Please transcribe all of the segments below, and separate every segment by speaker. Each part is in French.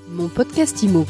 Speaker 1: Mon podcast IMO.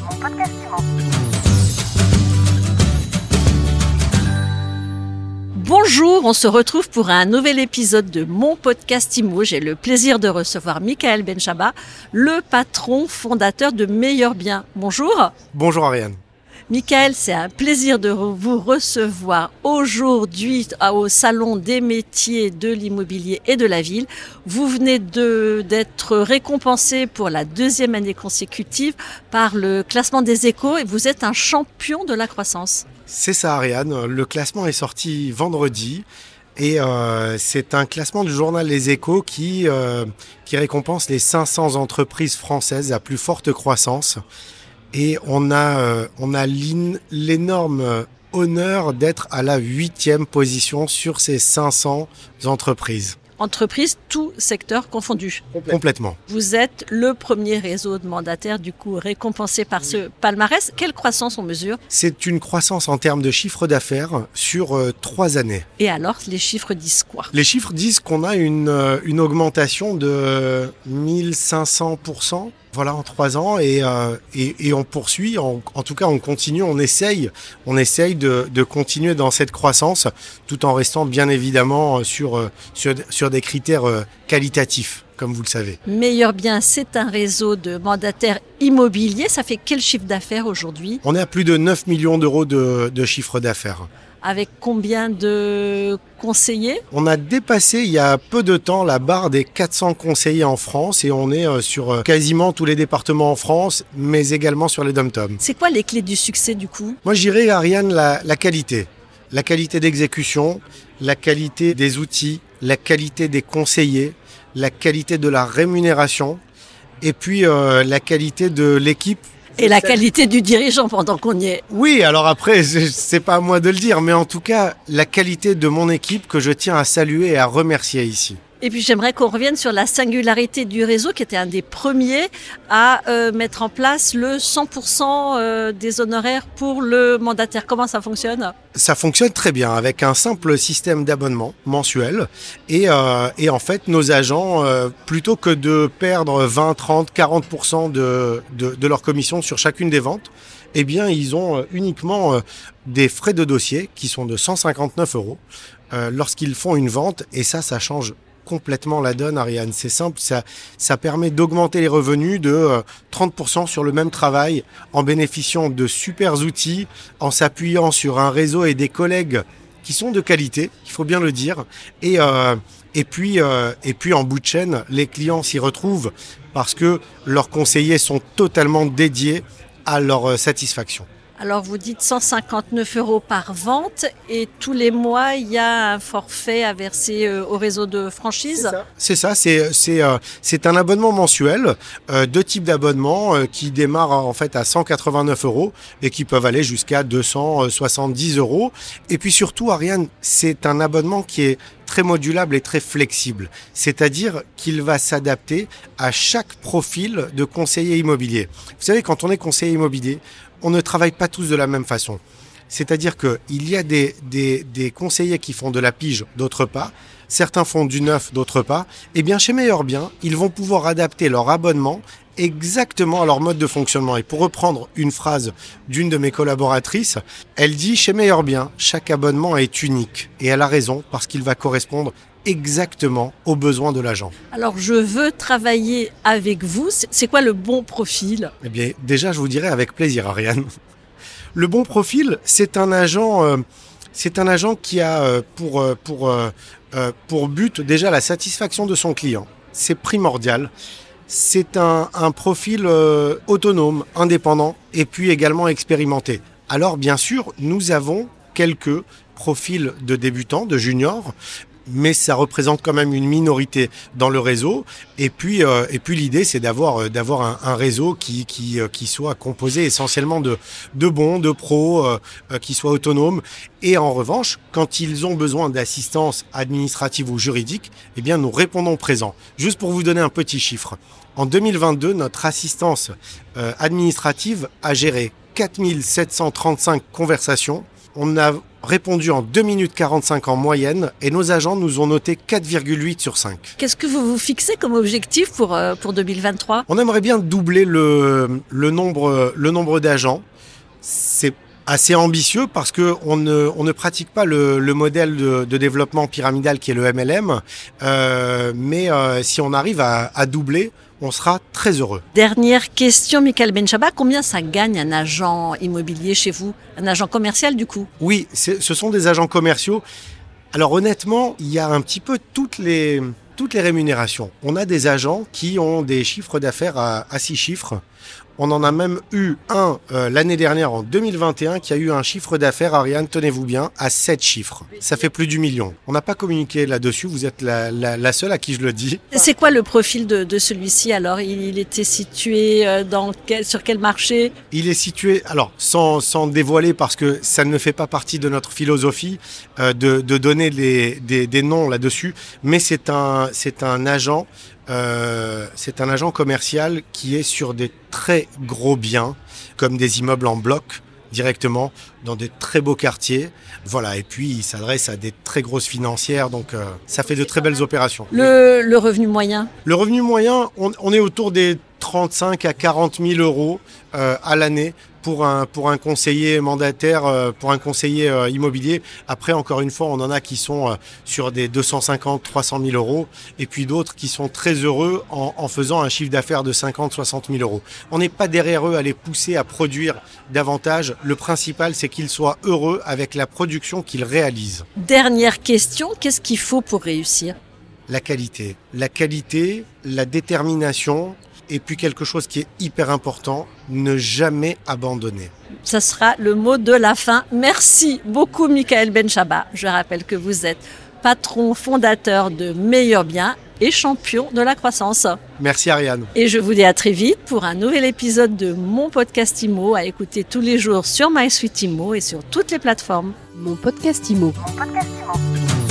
Speaker 2: Bonjour, on se retrouve pour un nouvel épisode de Mon podcast IMO. J'ai le plaisir de recevoir Michael Benchaba, le patron fondateur de Meilleur Bien. Bonjour.
Speaker 3: Bonjour Ariane.
Speaker 2: Michael, c'est un plaisir de vous recevoir aujourd'hui au Salon des métiers de l'immobilier et de la ville. Vous venez d'être récompensé pour la deuxième année consécutive par le classement des Échos et vous êtes un champion de la croissance.
Speaker 3: C'est ça Ariane, le classement est sorti vendredi et c'est un classement du journal Les Échos qui récompense les 500 entreprises françaises à plus forte croissance. Et on a l'énorme honneur d'être à la 8e position sur ces 500 entreprises.
Speaker 2: Entreprises, tout secteur confondu.
Speaker 3: Complètement.
Speaker 2: Vous êtes le premier réseau de mandataires, du coup, récompensé par ce palmarès. Quelle croissance on mesure ?
Speaker 3: C'est une croissance en termes de chiffre d'affaires sur 3 années.
Speaker 2: Et alors, les chiffres disent quoi ?
Speaker 3: Les chiffres disent qu'on a une augmentation de 1500%. Voilà, en 3 ans et on poursuit, en tout cas on continue, on essaye de continuer dans cette croissance tout en restant bien évidemment sur des critères qualitatifs, comme vous le savez.
Speaker 2: Meilleur Bien, c'est un réseau de mandataires immobiliers. Ça fait quel chiffre d'affaires aujourd'hui ?
Speaker 3: On est à plus de 9 millions d'euros de chiffre d'affaires.
Speaker 2: Avec combien de conseillers ?
Speaker 3: On a dépassé il y a peu de temps la barre des 400 conseillers en France et on est sur quasiment tous les départements en France, mais également sur les DOM-TOM.
Speaker 2: C'est quoi les clés du succès du coup ?
Speaker 3: Moi je dirais Ariane la qualité. La qualité d'exécution, la qualité des outils, la qualité des conseillers, la qualité de la rémunération et puis la qualité de l'équipe.
Speaker 2: Et la qualité du dirigeant pendant qu'on y est.
Speaker 3: Oui, alors après, c'est pas à moi de le dire, mais en tout cas, la qualité de mon équipe que je tiens à saluer et à remercier ici.
Speaker 2: Et puis j'aimerais qu'on revienne sur la singularité du réseau qui était un des premiers à mettre en place le 100% des honoraires pour le mandataire. Comment ça fonctionne ?
Speaker 3: Ça fonctionne très bien avec un simple système d'abonnement mensuel et en fait nos agents, plutôt que de perdre 20, 30, 40% de leur commission sur chacune des ventes, eh bien ils ont uniquement des frais de dossier qui sont de 159 € lorsqu'ils font une vente et ça change complètement la donne, Ariane. C'est simple, ça permet d'augmenter les revenus de 30% sur le même travail en bénéficiant de super outils, en s'appuyant sur un réseau et des collègues qui sont de qualité, il faut bien le dire. Et puis en bout de chaîne, les clients s'y retrouvent parce que leurs conseillers sont totalement dédiés à leur satisfaction.
Speaker 2: Alors vous dites 159 € par vente et tous les mois il y a un forfait à verser au réseau de franchise.
Speaker 3: C'est ça, c'est un abonnement mensuel, 2 types d'abonnements qui démarrent en fait à 189 € et qui peuvent aller jusqu'à 270 €. Et puis surtout Ariane, c'est un abonnement qui est très modulable et très flexible, c'est-à-dire qu'il va s'adapter à chaque profil de conseiller immobilier. Vous savez, quand on est conseiller immobilier, on ne travaille pas tous de la même façon. C'est-à-dire qu'il y a des conseillers qui font de la pige, d'autres pas. Certains font du neuf, d'autres pas. Eh bien, chez Meilleur Bien, ils vont pouvoir adapter leur abonnement exactement à leur mode de fonctionnement. Et pour reprendre une phrase d'une de mes collaboratrices, elle dit « Chez Meilleur Bien, chaque abonnement est unique. » Et elle a raison, parce qu'il va correspondre exactement aux besoins de l'agent.
Speaker 2: Alors, je veux travailler avec vous. C'est quoi le bon profil ?
Speaker 3: Eh bien, déjà, je vous dirais avec plaisir, Ariane. Le bon profil, c'est un agent qui a pour but déjà la satisfaction de son client. C'est primordial. C'est un profil autonome, indépendant et puis également expérimenté. Alors, bien sûr, nous avons quelques profils de débutants, de juniors, mais ça représente quand même une minorité dans le réseau. Et puis l'idée, c'est d'avoir un réseau qui soit composé essentiellement de bons, de pros, qui soient autonomes. Et en revanche, quand ils ont besoin d'assistance administrative ou juridique, eh bien, nous répondons présent. Juste pour vous donner un petit chiffre. En 2022, notre assistance administrative a géré 4735 conversations On a répondu en 2 minutes 45 en moyenne et nos agents nous ont noté 4,8 sur 5.
Speaker 2: Qu'est-ce que vous vous fixez comme objectif pour 2023 ?
Speaker 3: On aimerait bien doubler le nombre d'agents. C'est assez ambitieux parce qu'on ne pratique pas le modèle de développement pyramidal qui est le MLM. Mais si on arrive à doubler, on sera très heureux.
Speaker 2: Dernière question, Michael Benchaba, combien ça gagne un agent immobilier chez vous ? Un agent commercial du coup ?
Speaker 3: Oui, ce sont des agents commerciaux. Alors honnêtement, il y a un petit peu toutes les rémunérations. On a des agents qui ont des chiffres d'affaires à 6 chiffres. On en a même eu un l'année dernière, en 2021, qui a eu un chiffre d'affaires, Ariane, tenez-vous bien, à 7 chiffres. Ça fait plus du million. On n'a pas communiqué là-dessus, vous êtes la seule à qui je le dis.
Speaker 2: C'est quoi le profil de celui-ci alors ? Il était situé sur quel marché ?
Speaker 3: Il est situé, alors sans dévoiler parce que ça ne fait pas partie de notre philosophie de donner des noms là-dessus, mais c'est un agent commercial qui est sur des très gros biens, comme des immeubles en bloc, directement, dans des très beaux quartiers. Voilà, et puis il s'adresse à des très grosses financières, donc ça fait de très belles opérations.
Speaker 2: Le revenu moyen ?
Speaker 3: Le revenu moyen, on est autour des 35 à 40 000 euros à l'année pour un conseiller mandataire, pour un conseiller immobilier. Après, encore une fois, on en a qui sont sur des 250, 300 000 euros, et puis d'autres qui sont très heureux en faisant un chiffre d'affaires de 50, 60 000 euros. On n'est pas derrière eux à les pousser à produire davantage. Le principal, c'est qu'ils soient heureux avec la production qu'ils réalisent.
Speaker 2: Dernière question, qu'est-ce qu'il faut pour réussir ?
Speaker 3: La qualité, la détermination, et puis quelque chose qui est hyper important, ne jamais abandonner.
Speaker 2: Ça sera le mot de la fin. Merci beaucoup Michael Benchaba. Je rappelle que vous êtes patron fondateur de Meilleur Bien et champion de la croissance.
Speaker 3: Merci Ariane.
Speaker 2: Et je vous dis à très vite pour un nouvel épisode de mon podcast IMO à écouter tous les jours sur MySuite IMO et sur toutes les plateformes.
Speaker 1: Mon podcast IMO.